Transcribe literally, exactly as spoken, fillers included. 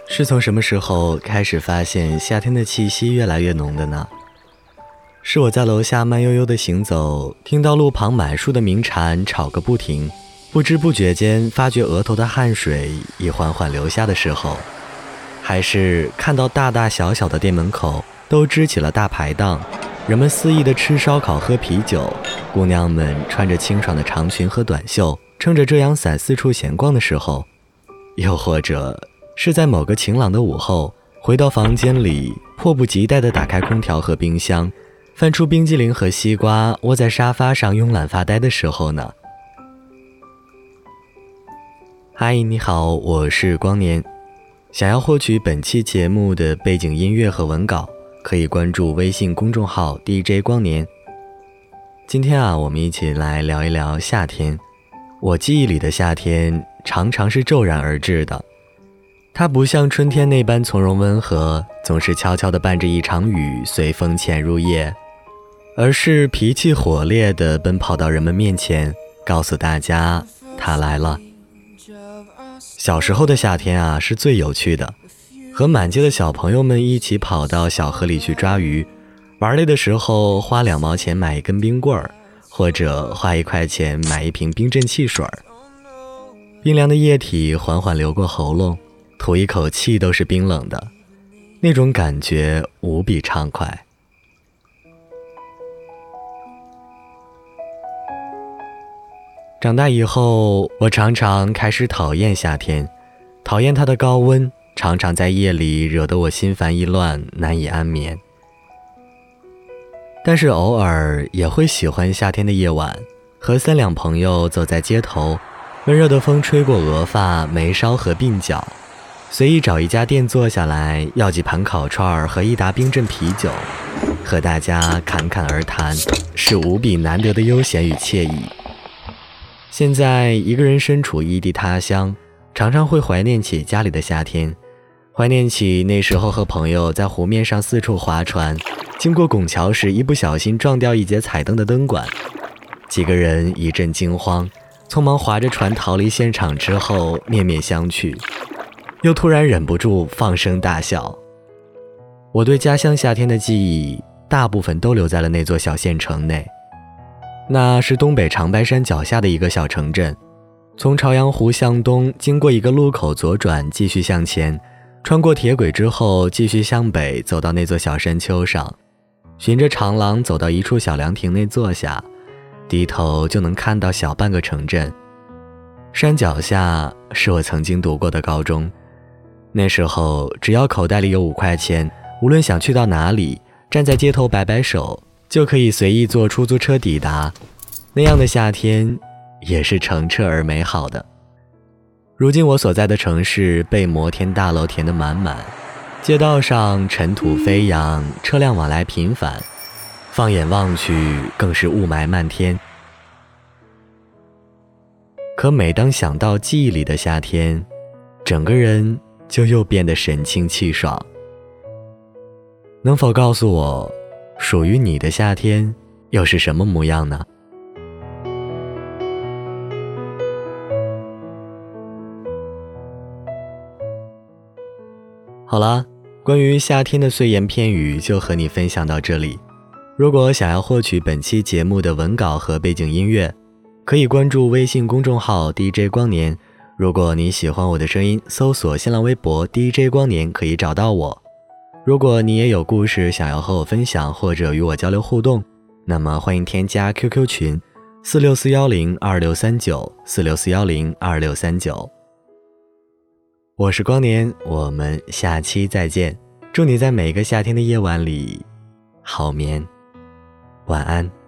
是从什么时候开始发现夏天的气息越来越浓的呢？是我在楼下慢悠悠的行走，听到路旁满树的鸣蝉吵个不停，不知不觉间发觉额头的汗水已缓缓流下的时候，还是看到大大小小的店门口都支起了大排档，人们肆意的吃烧烤喝啤酒，姑娘们穿着清爽的长裙和短袖，撑着遮阳伞四处闲逛的时候，又或者是在某个晴朗的午后，回到房间里，迫不及待地打开空调和冰箱，翻出冰激凌和西瓜，窝在沙发上慵懒发呆的时候呢？嗨，你好，我是光年。想要获取本期节目的背景音乐和文稿，可以关注微信公众号 D J 光年。今天啊，我们一起来聊一聊夏天。我记忆里的夏天常常是骤然而至的，它不像春天那般从容温和，总是悄悄地伴着一场雨随风潜入夜，而是脾气火烈地奔跑到人们面前，告诉大家它来了。小时候的夏天啊，是最有趣的，和满街的小朋友们一起跑到小河里去抓鱼，玩累的时候花两毛钱买一根冰棍儿，或者花一块钱买一瓶冰镇汽水，冰凉的液体缓缓流过喉咙，吐一口气都是冰冷的，那种感觉无比畅快。长大以后，我常常开始讨厌夏天，讨厌它的高温，常常在夜里惹得我心烦意乱，难以安眠。但是偶尔也会喜欢夏天的夜晚，和三两朋友走在街头，温热的风吹过额发、眉梢和鬓角，随意找一家店坐下来，要几盘烤串和一打冰镇啤酒，和大家侃侃而谈，是无比难得的悠闲与惬意。现在一个人身处异地他乡，常常会怀念起家里的夏天，怀念起那时候和朋友在湖面上四处划船，经过拱桥时一不小心撞掉一节彩灯的灯管，几个人一阵惊慌，匆忙划着船逃离现场之后面面相觑，又突然忍不住放声大笑。我对家乡夏天的记忆大部分都留在了那座小县城内，那是东北长白山脚下的一个小城镇，从朝阳湖向东，经过一个路口左转，继续向前，穿过铁轨之后，继续向北走到那座小山丘上，循着长廊走到一处小凉亭内坐下，低头就能看到小半个城镇。山脚下是我曾经读过的高中，那时候只要口袋里有五块钱，无论想去到哪里，站在街头摆摆手，就可以随意坐出租车抵达。那样的夏天也是澄澈而美好的。如今我所在的城市被摩天大楼填得满满，街道上尘土飞扬，车辆往来频繁，放眼望去更是雾霾漫天。可每当想到记忆里的夏天，整个人就又变得神清气爽。能否告诉我，属于你的夏天又是什么模样呢？好啦，关于夏天的碎言片语就和你分享到这里。如果想要获取本期节目的文稿和背景音乐，可以关注微信公众号 D J 光年。如果你喜欢我的声音，搜索新浪微博 D J 光年可以找到我。如果你也有故事想要和我分享，或者与我交流互动，那么欢迎添加 Q Q 群四六四一零二六三九 四六四一零二六三九。我是光年，我们下期再见。祝你在每个夏天的夜晚里好眠，晚安。